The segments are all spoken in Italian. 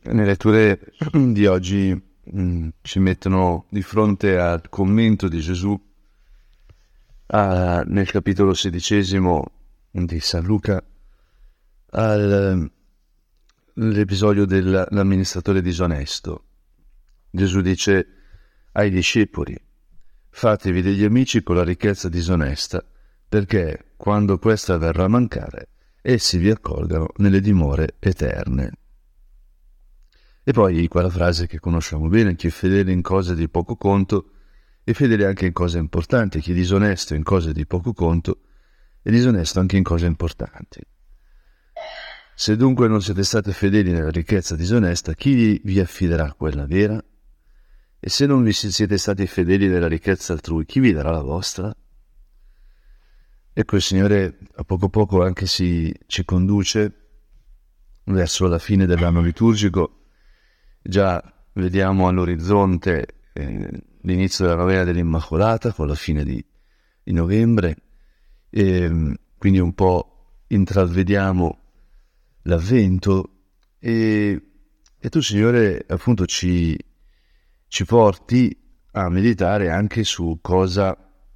Le letture di oggi ci mettono di fronte al commento di Gesù nel capitolo 16 di San Luca all'episodio dell'amministratore disonesto. Gesù dice ai discepoli: fatevi degli amici con la ricchezza disonesta, perché quando questa verrà a mancare, essi vi accolgano nelle dimore eterne. E poi quella frase che conosciamo bene: chi è fedele in cose di poco conto è fedele anche in cose importanti, chi è disonesto in cose di poco conto è disonesto anche in cose importanti. Se dunque non siete stati fedeli nella ricchezza disonesta, chi vi affiderà quella vera? E se non vi siete stati fedeli nella ricchezza altrui, chi vi darà la vostra? Ecco, il Signore a poco anche ci conduce verso la fine dell'anno liturgico. Già vediamo all'orizzonte l'inizio della novena dell'Immacolata con la fine di novembre, e quindi un po' intravediamo l'avvento e tu, Signore, appunto ci porti a meditare anche su cosa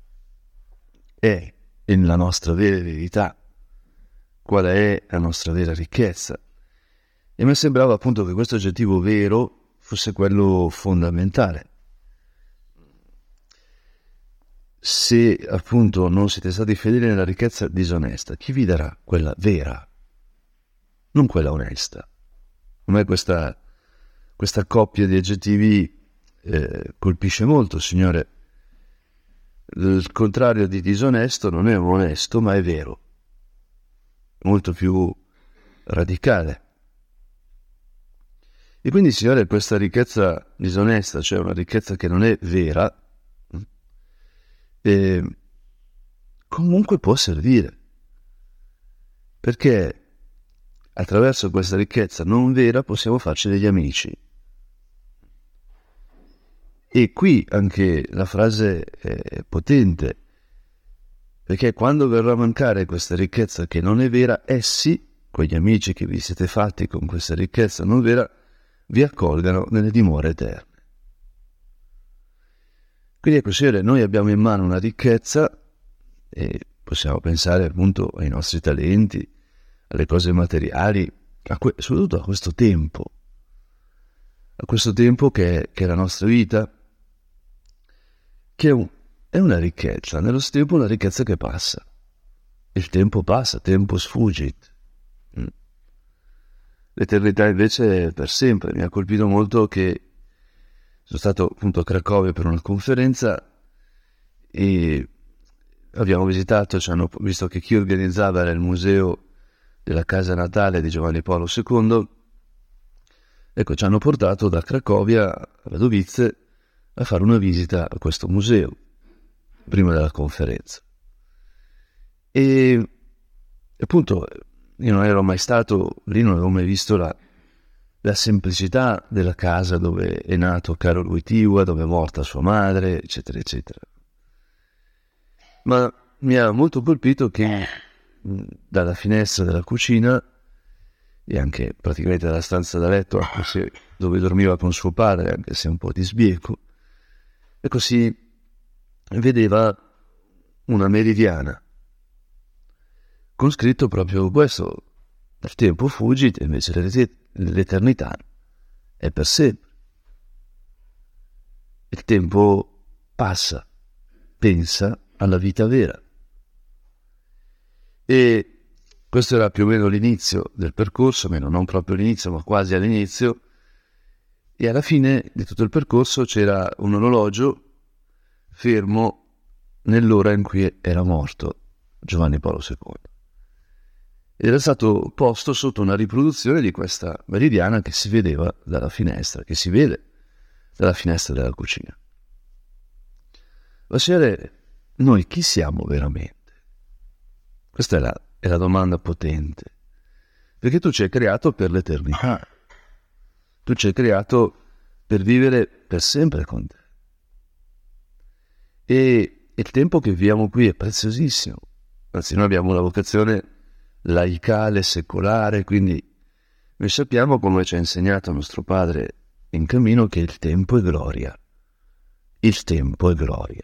è la nostra vera verità, qual è la nostra vera ricchezza. E mi sembrava appunto che questo aggettivo vero fosse quello fondamentale. Se appunto non siete stati fedeli nella ricchezza disonesta, chi vi darà quella vera, non quella onesta? A me questa coppia di aggettivi colpisce molto, Signore. Il contrario di disonesto non è onesto, ma è vero, molto più radicale. E quindi, Signore, questa ricchezza disonesta, cioè una ricchezza che non è vera, comunque può servire, perché attraverso questa ricchezza non vera possiamo farci degli amici. E qui anche la frase è potente, perché quando verrà a mancare questa ricchezza che non è vera, essi, quegli amici che vi siete fatti con questa ricchezza non vera, vi accolgano nelle dimore eterne. Quindi ecco, Signore, noi abbiamo in mano una ricchezza e possiamo pensare appunto ai nostri talenti, alle cose materiali, soprattutto a questo tempo che è la nostra vita, che è una ricchezza, nello stesso tempo una ricchezza che passa. Il tempo passa, tempus fugit. L'eternità invece è per sempre. Mi ha colpito molto che sono stato appunto a Cracovia per una conferenza e abbiamo visitato, visto che chi organizzava era il museo della casa natale di Giovanni Paolo II, ecco, ci hanno portato da Cracovia a Wadowice a fare una visita a questo museo prima della conferenza. E appunto io non ero mai stato lì, non avevo mai visto la semplicità della casa dove è nato Karol Wojtyła, dove è morta sua madre, eccetera, eccetera. Ma mi ha molto colpito che dalla finestra della cucina e anche praticamente dalla stanza da letto, dove dormiva con suo padre, anche se un po' di sbieco, e così vedeva una meridiana con scritto proprio questo: il tempo fugit, invece l'eternità è per sempre. Il tempo passa, pensa alla vita vera. E questo era più o meno l'inizio del percorso, meno non proprio l'inizio, ma quasi all'inizio, e alla fine di tutto il percorso c'era un orologio fermo nell'ora in cui era morto Giovanni Paolo II. Era stato posto sotto una riproduzione di questa meridiana che si vedeva dalla finestra, che si vede dalla finestra della cucina. Ma Signore, noi chi siamo veramente? Questa è la domanda potente, perché tu ci hai creato per l'eternità, tu ci hai creato per vivere per sempre con te. E il tempo che viviamo qui è preziosissimo, anzi noi abbiamo una vocazione laicale, secolare, quindi Noi sappiamo, come ci ha insegnato nostro Padre in cammino, che il tempo è gloria. Il tempo è gloria.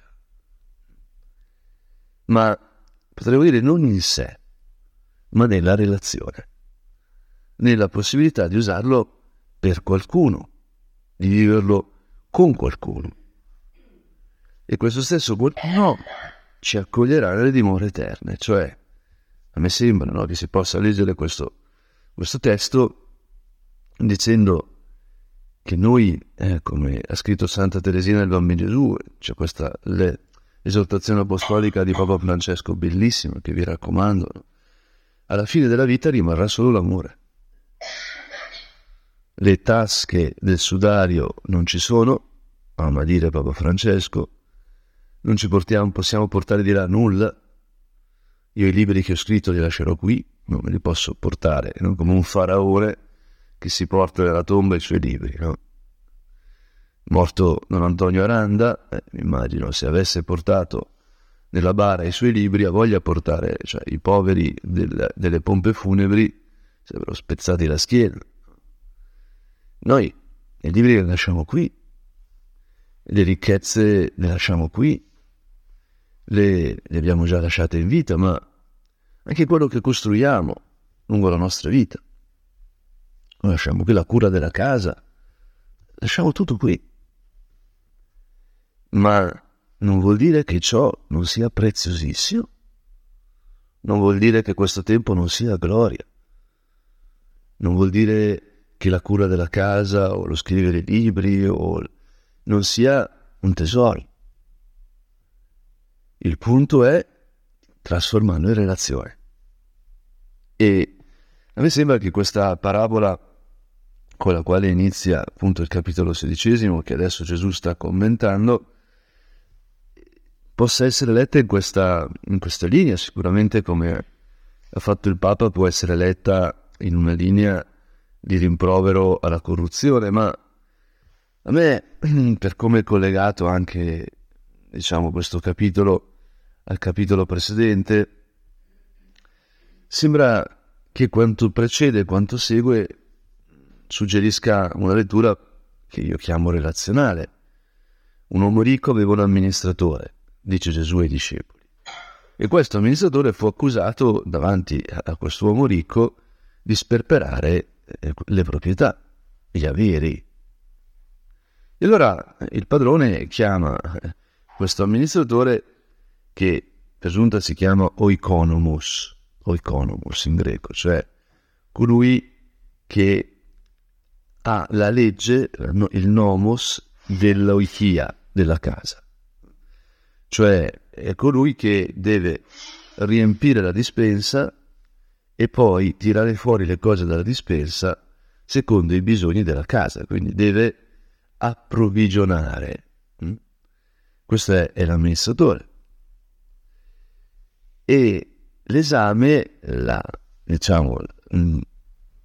Ma potremmo dire non in sé, ma nella relazione, nella possibilità di usarlo per qualcuno, di viverlo con qualcuno. E questo stesso qualcuno ci accoglierà nelle dimore eterne. Cioè, a me sembra, no, che si possa leggere questo testo dicendo che noi, come ha scritto Santa Teresina del Bambino Gesù, c'è questa esortazione apostolica di Papa Francesco bellissima che vi raccomando, no? Alla fine della vita rimarrà solo l'amore. Le tasche del sudario non ci sono, ama dire Papa Francesco, non ci possiamo portare di là nulla. Io i libri che ho scritto li lascerò qui, non me li posso portare, non come un faraone che si porta nella tomba i suoi libri, no? Morto Don Antonio Aranda, mi immagino se avesse portato nella bara i suoi libri, a voglia portare, cioè i poveri delle pompe funebri sarebbero spezzati la schiena. Noi i libri li lasciamo qui, le ricchezze le lasciamo qui, le abbiamo già lasciate in vita, ma anche quello che costruiamo lungo la nostra vita. Noi lasciamo qui la cura della casa, lasciamo tutto qui. Ma non vuol dire che ciò non sia preziosissimo, non vuol dire che questo tempo non sia gloria, non vuol dire che la cura della casa o lo scrivere libri o non sia un tesoro. Il punto è trasformarlo in relazione. E a me sembra che questa parabola con la quale inizia appunto il capitolo 16, che adesso Gesù sta commentando, possa essere letta in questa linea. Sicuramente, come ha fatto il Papa, può essere letta in una linea di rimprovero alla corruzione, ma a me, per come è collegato anche, diciamo, questo capitolo al capitolo precedente, sembra che quanto precede e quanto segue suggerisca una lettura che io chiamo relazionale. Un uomo ricco aveva un amministratore, dice Gesù ai discepoli, e questo amministratore fu accusato davanti a quest'uomo ricco di sperperare le proprietà, gli averi. E allora il padrone chiama questo amministratore, che per giunta si chiama oikonomos in greco, cioè colui che ha la legge, il nomos dell'oikia, della casa. Cioè è colui che deve riempire la dispensa e poi tirare fuori le cose dalla dispensa secondo i bisogni della casa, quindi deve approvvigionare. Questo è l'amministratore. E l'esame, il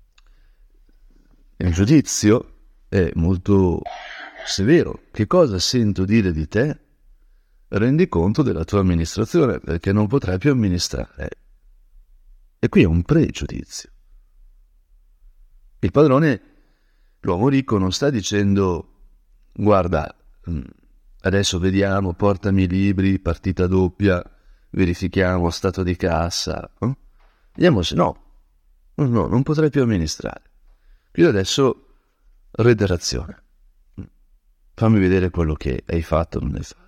giudizio è molto severo. Che cosa sento dire di te? Rendi conto della tua amministrazione, perché non potrai più amministrare. E qui è un pregiudizio. Il padrone, l'uomo ricco, non sta dicendo: guarda, adesso vediamo, portami i libri, partita doppia, verifichiamo stato di cassa, vediamo se no, non potrai più amministrare. Quindi adesso reiterazione, fammi vedere quello che hai fatto o non hai fatto.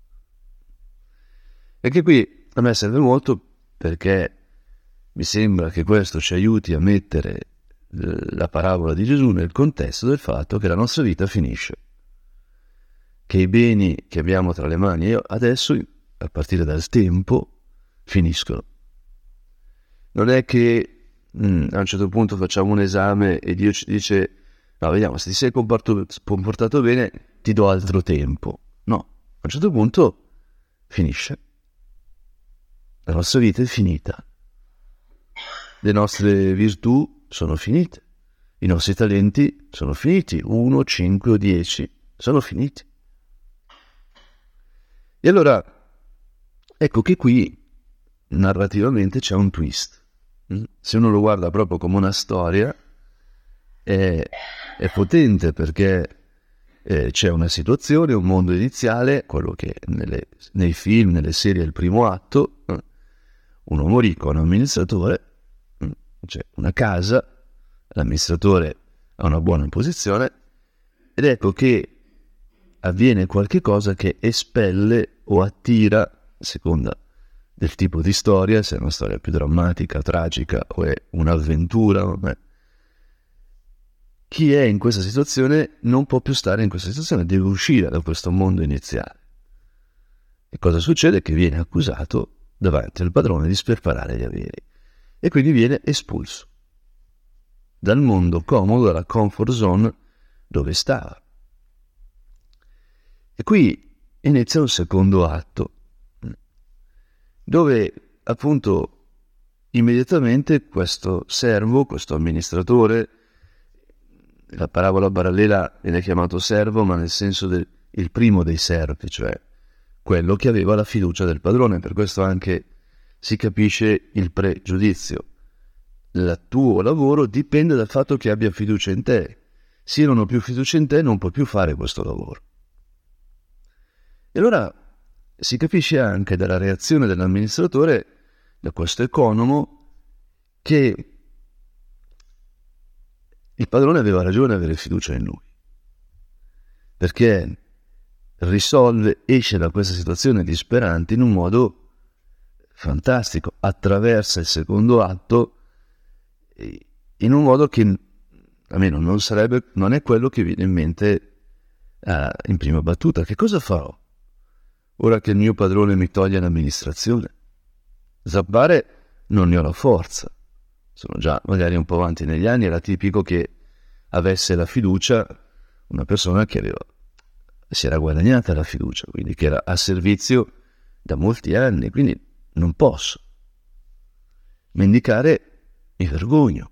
E che qui a me serve molto, perché mi sembra che questo ci aiuti a mettere la parabola di Gesù nel contesto del fatto che la nostra vita finisce, che i beni che abbiamo tra le mani adesso, a partire dal tempo, finiscono. Non è che a un certo punto facciamo un esame e Dio ci dice: no, vediamo, se ti sei comportato bene ti do altro tempo. No, a un certo punto finisce. La nostra vita è finita. Le nostre virtù sono finite. I nostri talenti sono finiti. 1, 5 o 10 sono finiti. E allora, ecco che qui narrativamente c'è un twist. Se uno lo guarda proprio come una storia, è potente, perché c'è una situazione, un mondo iniziale, quello che nei film, nelle serie è il primo atto, un uomo ricco, un amministratore, c'è una casa, l'amministratore ha una buona posizione, ed ecco che avviene qualche cosa che espelle o attira, a seconda del tipo di storia, se è una storia più drammatica, tragica o è un'avventura. Chi è in questa situazione non può più stare in questa situazione, deve uscire da questo mondo iniziale. E cosa succede? Che viene accusato davanti al padrone di sperperare gli averi e quindi viene espulso dal mondo comodo, dalla comfort zone dove stava. E qui inizia un secondo atto, dove appunto immediatamente questo servo, questo amministratore, la parabola parallela viene chiamato servo, ma nel senso il primo dei servi, cioè quello che aveva la fiducia del padrone. Per questo anche si capisce il pregiudizio. Il tuo lavoro dipende dal fatto che abbia fiducia in te. Se io non ho più fiducia in te, non puoi più fare questo lavoro. E allora si capisce anche dalla reazione dell'amministratore, da questo economo, che il padrone aveva ragione ad avere fiducia in lui, perché esce da questa situazione disperante in un modo fantastico, attraversa il secondo atto in un modo che almeno non è quello che viene in mente in prima battuta. Che cosa farò ora che il mio padrone mi toglie l'amministrazione? Zappare non ne ho la forza, sono già magari un po' avanti negli anni, era tipico che avesse la fiducia una persona che si era guadagnata la fiducia, quindi che era a servizio da molti anni, quindi non posso mendicare, mi vergogno.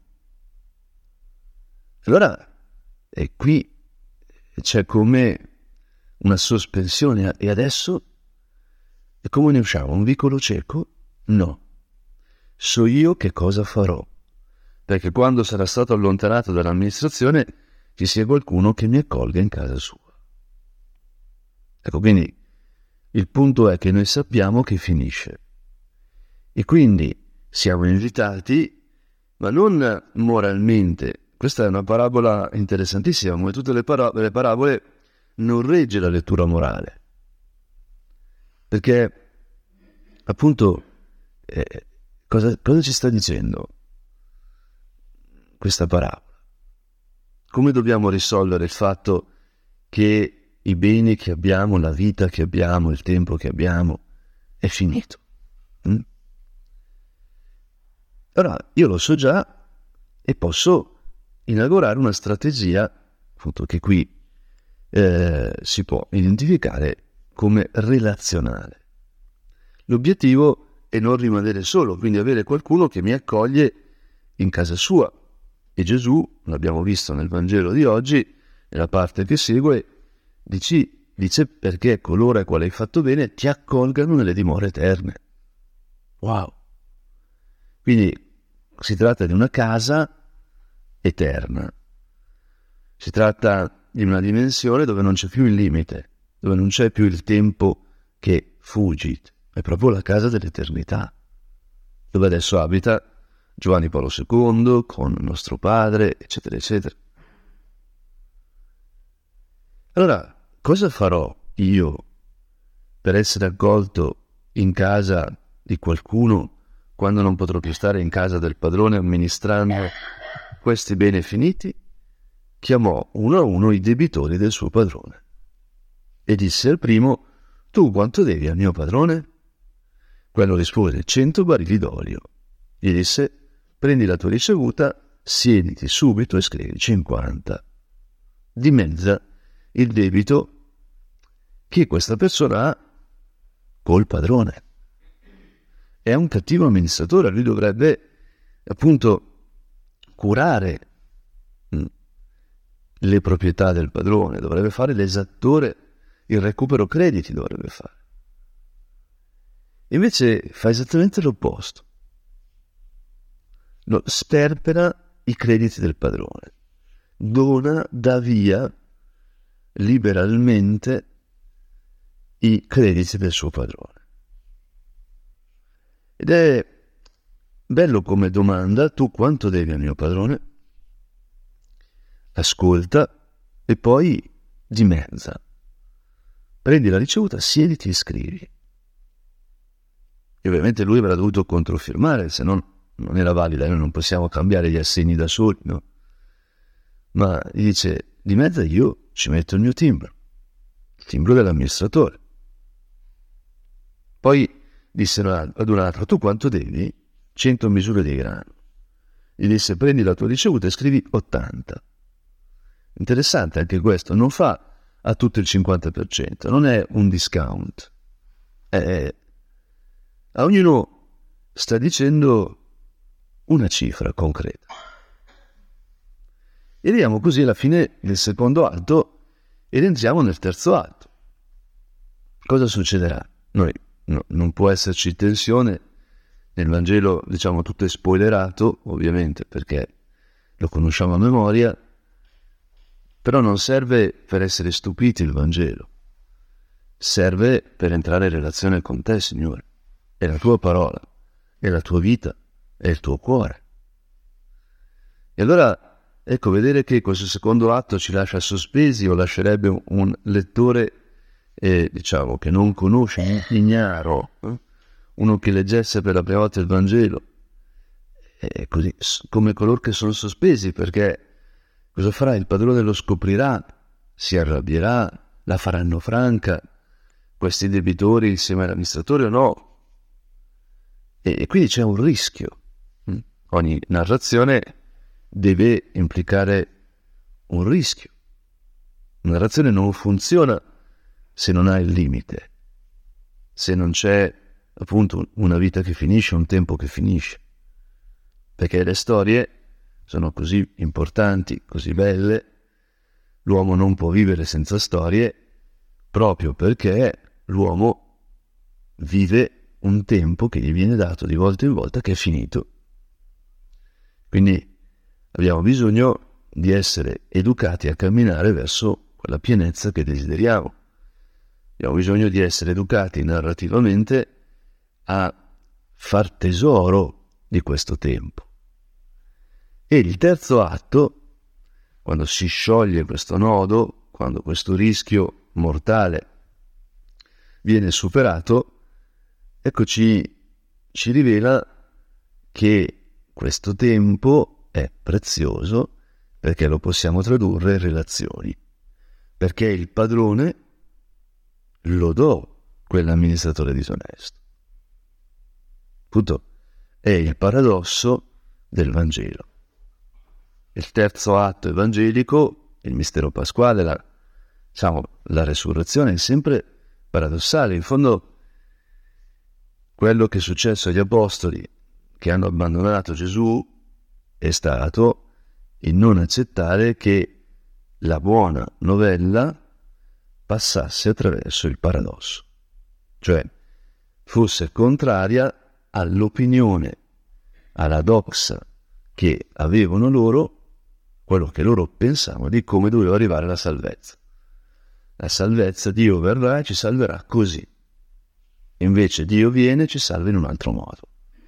Allora qui c'è come una sospensione, e adesso e come ne usciamo? Un vicolo cieco? No, so io che cosa farò, perché quando sarà stato allontanato dall'amministrazione ci sia qualcuno che mi accolga in casa sua. Ecco, quindi il punto è che noi sappiamo che finisce e quindi siamo invitati, ma non moralmente. Questa è una parabola interessantissima, come tutte le parabole non regge la lettura morale, perché appunto cosa ci sta dicendo questa parabola? Come dobbiamo risolvere il fatto che i beni che abbiamo, la vita che abbiamo, il tempo che abbiamo è finito? Allora, io lo so già e posso inaugurare una strategia, appunto, che qui si può identificare come relazionale. L'obiettivo è non rimanere solo, quindi avere qualcuno che mi accoglie in casa sua. E Gesù, l'abbiamo visto nel Vangelo di oggi, nella parte che segue, dice perché coloro ai quali hai fatto bene ti accolgano nelle dimore eterne. Wow! Quindi si tratta di una casa eterna. Si tratta di una dimensione dove non c'è più il limite, dove non c'è più il tempo che fugit. È proprio la casa dell'eternità, dove adesso abita Giovanni Paolo II, con nostro padre, eccetera, eccetera. Allora, cosa farò io per essere accolto in casa di qualcuno quando non potrò più stare in casa del padrone amministrando questi beni finiti? Chiamò uno a uno i debitori del suo padrone e disse al primo: tu quanto devi al mio padrone? Quello rispose: 100 barili d'olio. Gli disse: prendi la tua ricevuta, siediti subito e scrivi 50. Dimezza il debito che questa persona ha col padrone. È un cattivo amministratore, lui dovrebbe appunto curare le proprietà del padrone, dovrebbe fare l'esattore, il recupero crediti dovrebbe fare. Invece fa esattamente l'opposto. Sperpera i crediti del padrone. dà via liberalmente i crediti del suo padrone. Ed è bello come domanda: tu quanto devi al mio padrone? Ascolta e poi dimezza. Prendi la ricevuta, siediti e scrivi. E ovviamente lui avrà dovuto controfirmare, se no non era valida, noi non possiamo cambiare gli assegni da soli, no? Ma gli dice: dimezza, io ci metto il mio timbro, il timbro dell'amministratore. Poi disse ad un altro: tu quanto devi? 100 misure di grano. Gli disse: prendi la tua ricevuta e scrivi 80. Interessante anche questo, non fa a tutto il 50%, non è un discount. A ognuno sta dicendo una cifra concreta. E arriviamo così alla fine del secondo atto ed entriamo nel terzo atto. Cosa succederà? Non può esserci tensione. Nel Vangelo, diciamo, tutto è spoilerato, ovviamente, perché lo conosciamo a memoria, però non serve per essere stupiti il Vangelo. Serve per entrare in relazione con te, Signore. È la tua parola, è la tua vita, è il tuo cuore. E allora, ecco, vedere che questo secondo atto ci lascia sospesi o lascerebbe un lettore, diciamo, che non conosce, ignaro, uno che leggesse per la prima volta il Vangelo, è così, come coloro che sono sospesi, perché cosa farà? Il padrone lo scoprirà, si arrabbierà, la faranno franca, questi debitori insieme all'amministratore o no? E quindi c'è un rischio. Ogni narrazione deve implicare un rischio. Una narrazione non funziona se non ha il limite, se non c'è appunto una vita che finisce, un tempo che finisce, perché le storie sono così importanti, così belle. L'uomo non può vivere senza storie, proprio perché l'uomo vive un tempo che gli viene dato di volta in volta, che è finito. Quindi abbiamo bisogno di essere educati a camminare verso quella pienezza che desideriamo. Abbiamo bisogno di essere educati narrativamente a far tesoro di questo tempo. E il terzo atto, quando si scioglie questo nodo, quando questo rischio mortale viene superato, ecco, ci rivela che questo tempo è prezioso perché lo possiamo tradurre in relazioni, perché il padrone lodò quell'amministratore disonesto. Appunto, è il paradosso del Vangelo. Il terzo atto evangelico, il mistero pasquale, la resurrezione, è sempre paradossale. In fondo, quello che è successo agli apostoli che hanno abbandonato Gesù è stato il non accettare che la buona novella passasse attraverso il paradosso, cioè fosse contraria all'opinione, alla doxa che avevano loro, quello che loro pensavano di come doveva arrivare la salvezza. La salvezza, Dio verrà e ci salverà così. Invece Dio viene e ci salva in un altro modo.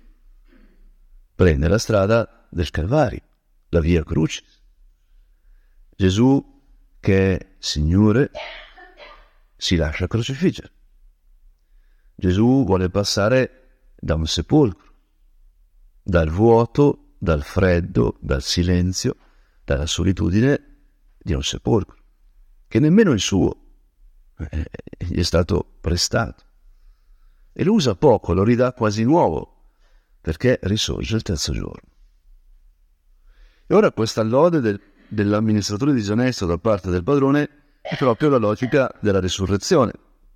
Prende la strada del Calvario, la via Crucis. Gesù, che è Signore, si lascia crocifiggere. Gesù vuole passare da un sepolcro, dal vuoto, dal freddo, dal silenzio, dalla solitudine di un sepolcro, che nemmeno il suo gli è stato prestato. E lo usa poco, lo ridà quasi nuovo, perché risorge il terzo giorno. E ora questa lode dell'amministratore disonesto da parte del padrone è proprio la logica della risurrezione.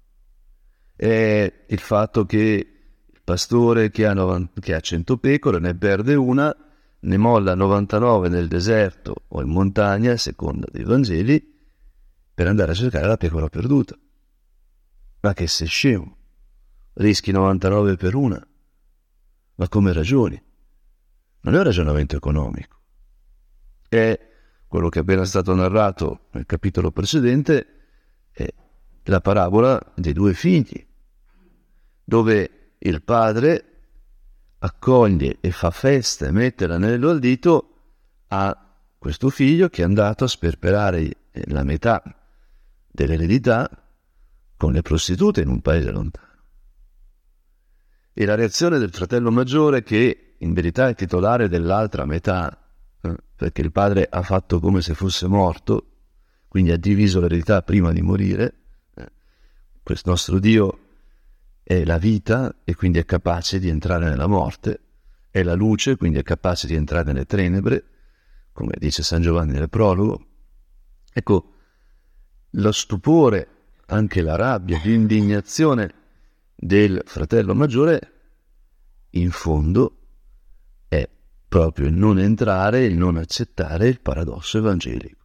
È il fatto che il pastore che ha 100 pecore ne perde una, ne molla 99 nel deserto o in montagna, a seconda dei Vangeli, per andare a cercare la pecora perduta. Ma che sei scemo, rischi 99 per una. Ma come ragioni? Non è un ragionamento economico, è quello che è appena stato narrato nel capitolo precedente, è la parabola dei due figli, dove il padre accoglie e fa festa e mette l'anello al dito a questo figlio che è andato a sperperare la metà dell'eredità con le prostitute in un paese lontano. E la reazione del fratello maggiore, che in verità è titolare dell'altra metà, perché il padre ha fatto come se fosse morto, quindi ha diviso l'eredità prima di morire. Questo nostro Dio è la vita e quindi è capace di entrare nella morte, è la luce, quindi è capace di entrare nelle tenebre, come dice San Giovanni nel prologo. Ecco, lo stupore, anche la rabbia, l'indignazione del fratello maggiore, in fondo, è proprio il non entrare, il non accettare il paradosso evangelico.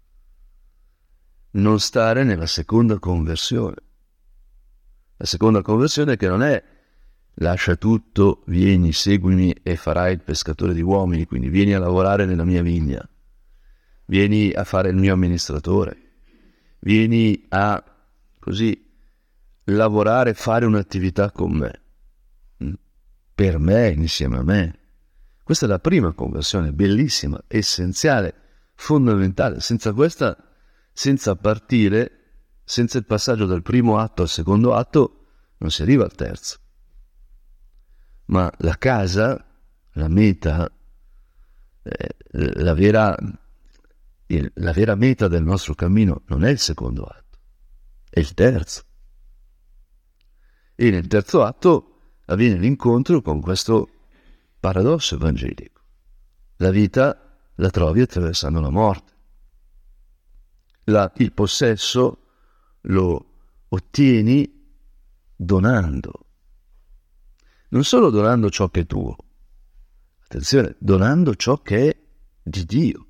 Non stare nella seconda conversione. La seconda conversione che non è lascia tutto, vieni, seguimi e farai il pescatore di uomini, quindi vieni a lavorare nella mia vigna, vieni a fare il mio amministratore, vieni a così lavorare, fare un'attività con me, per me, insieme a me. Questa è la prima conversione, bellissima, essenziale, fondamentale. Senza questa, senza partire, senza il passaggio dal primo atto al secondo atto, non si arriva al terzo. Ma la casa, la meta, la vera meta del nostro cammino non è il secondo atto, è il terzo. E nel terzo atto avviene l'incontro con questo paradosso evangelico. La vita la trovi attraversando la morte. Il possesso lo ottieni donando. Non solo donando ciò che è tuo, attenzione, donando ciò che è di Dio.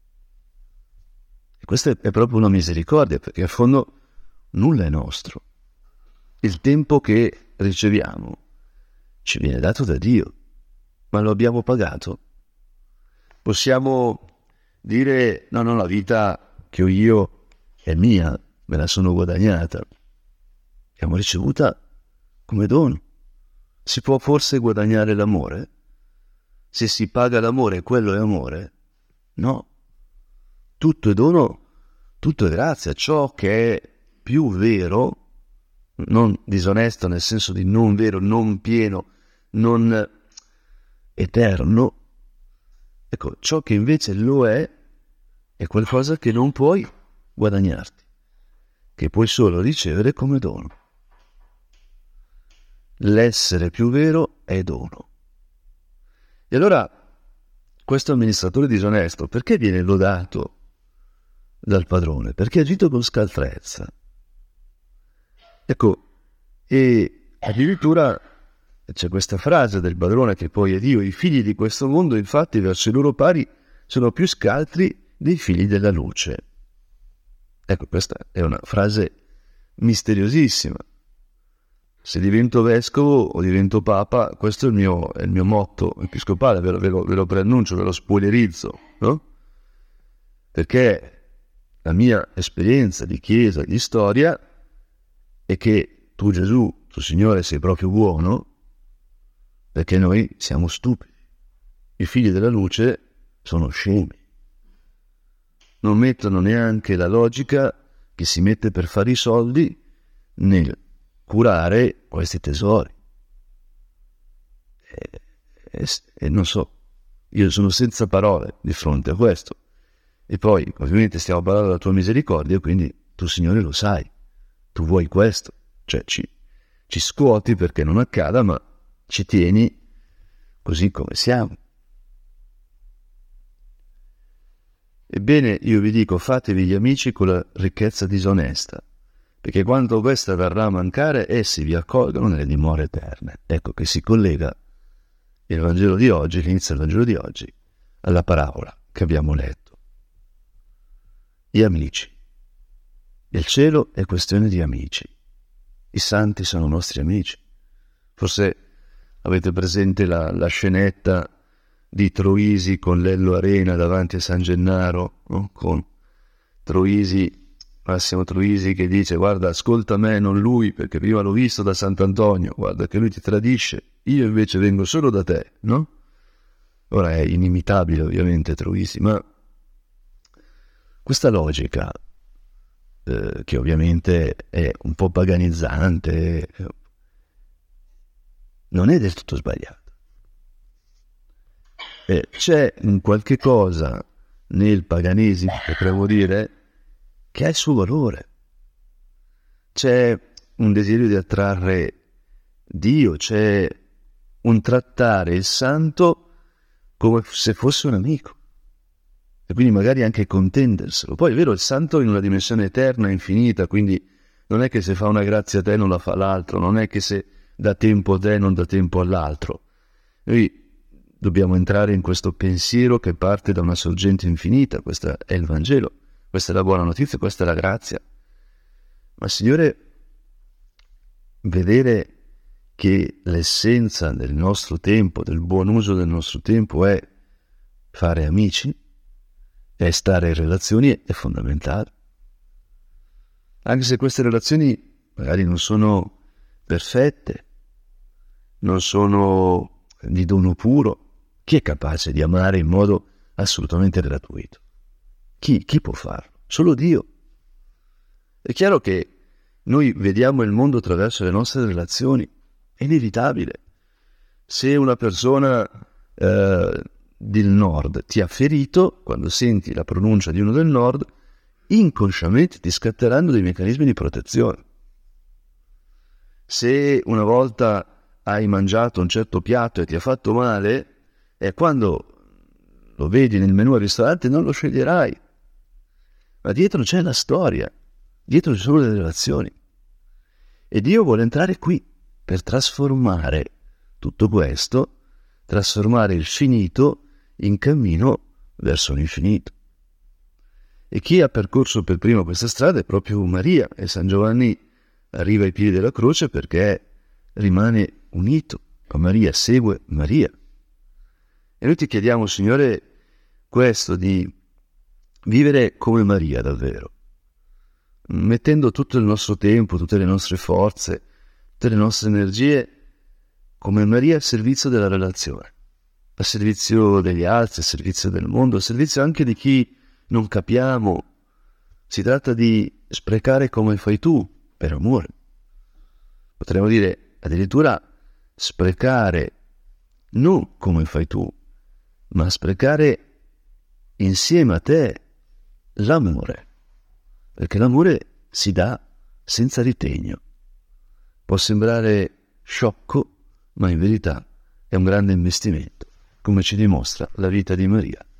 E questa è proprio una misericordia, perché in fondo nulla è nostro. Il tempo che riceviamo ci viene dato da Dio, ma lo abbiamo pagato. Possiamo dire, no, la vita che ho io è mia, me la sono guadagnata. L'abbiamo ricevuta come dono. Si può forse guadagnare l'amore? Se si paga l'amore, quello è amore? No. Tutto è dono, tutto è grazia. Ciò che è più vero, non disonesto nel senso di non vero, non pieno, non eterno, ecco, ciò che invece lo è qualcosa che non puoi guadagnarti, che puoi solo ricevere come dono. L'essere più vero è dono. E allora questo amministratore disonesto perché viene lodato dal padrone? Perché ha agito con scaltrezza. Ecco, e addirittura c'è questa frase del padrone che poi è Dio: i figli di questo mondo infatti verso i loro pari sono più scaltri dei figli della luce. Ecco, questa è una frase misteriosissima. Se divento vescovo o divento papa, questo è il mio motto episcopale, ve lo preannuncio, ve lo spoilerizzo, no? Perché la mia esperienza di chiesa, di storia, è che tu Gesù, tu Signore, sei proprio buono, perché noi siamo stupidi. I figli della luce sono scemi. Non mettono neanche la logica che si mette per fare i soldi nel curare questi tesori. E non so, io sono senza parole di fronte a questo. E poi, ovviamente, stiamo parlando della tua misericordia, quindi tu, Signore, lo sai. Tu vuoi questo. Cioè, ci scuoti perché non accada, ma ci tieni così come siamo. Ebbene, io vi dico, fatevi gli amici con la ricchezza disonesta, perché quando questa verrà a mancare, essi vi accolgono nelle dimore eterne. Ecco che si collega il Vangelo di oggi, l'inizio del Vangelo di oggi, alla parabola che abbiamo letto. Gli amici. Il cielo è questione di amici. I santi sono nostri amici. Forse avete presente la scenetta di Troisi con Lello Arena davanti a San Gennaro, no? Con Massimo Troisi che dice: guarda, ascolta me, non lui, perché prima l'ho visto da Sant'Antonio, guarda che lui ti tradisce, io invece vengo solo da te, no? Ora è inimitabile ovviamente Troisi, ma questa logica, che ovviamente è un po' paganizzante, non è del tutto sbagliata. C'è un qualche cosa nel paganesimo, potremmo dire, che ha il suo valore. C'è un desiderio di attrarre Dio, c'è un trattare il santo come se fosse un amico, e quindi magari anche contenderselo. Poi è vero, il santo in una dimensione eterna, infinita, quindi non è che se fa una grazia a te non la fa l'altro, non è che se dà tempo a te non dà tempo all'altro. Noi dobbiamo entrare in questo pensiero che parte da una sorgente infinita. Questo è il Vangelo, questa è la buona notizia, questa è la grazia. Ma Signore, vedere che l'essenza del nostro tempo, del buon uso del nostro tempo, è fare amici, è stare in relazioni, è fondamentale. Anche se queste relazioni magari non sono perfette, non sono di dono puro, chi è capace di amare in modo assolutamente gratuito? Chi può farlo? Solo Dio. È chiaro che noi vediamo il mondo attraverso le nostre relazioni, è inevitabile. Se una persona del nord ti ha ferito, quando senti la pronuncia di uno del nord, inconsciamente ti scatteranno dei meccanismi di protezione. Se una volta hai mangiato un certo piatto e ti ha fatto male, e quando lo vedi nel menù al ristorante non lo sceglierai. Ma dietro c'è la storia, dietro ci sono le relazioni. E Dio vuole entrare qui per trasformare tutto questo, trasformare il finito in cammino verso l'infinito. E chi ha percorso per primo questa strada è proprio Maria, e San Giovanni arriva ai piedi della croce perché rimane unito a Maria, segue Maria. E noi ti chiediamo, Signore, questo di vivere come Maria davvero, mettendo tutto il nostro tempo, tutte le nostre forze, tutte le nostre energie come Maria al servizio della relazione, al servizio degli altri, al servizio del mondo, al servizio anche di chi non capiamo. Si tratta di sprecare come fai tu, per amore. Potremmo dire addirittura sprecare non come fai tu, ma sprecare insieme a te l'amore, perché l'amore si dà senza ritegno. Può sembrare sciocco, ma in verità è un grande investimento, come ci dimostra la vita di Maria.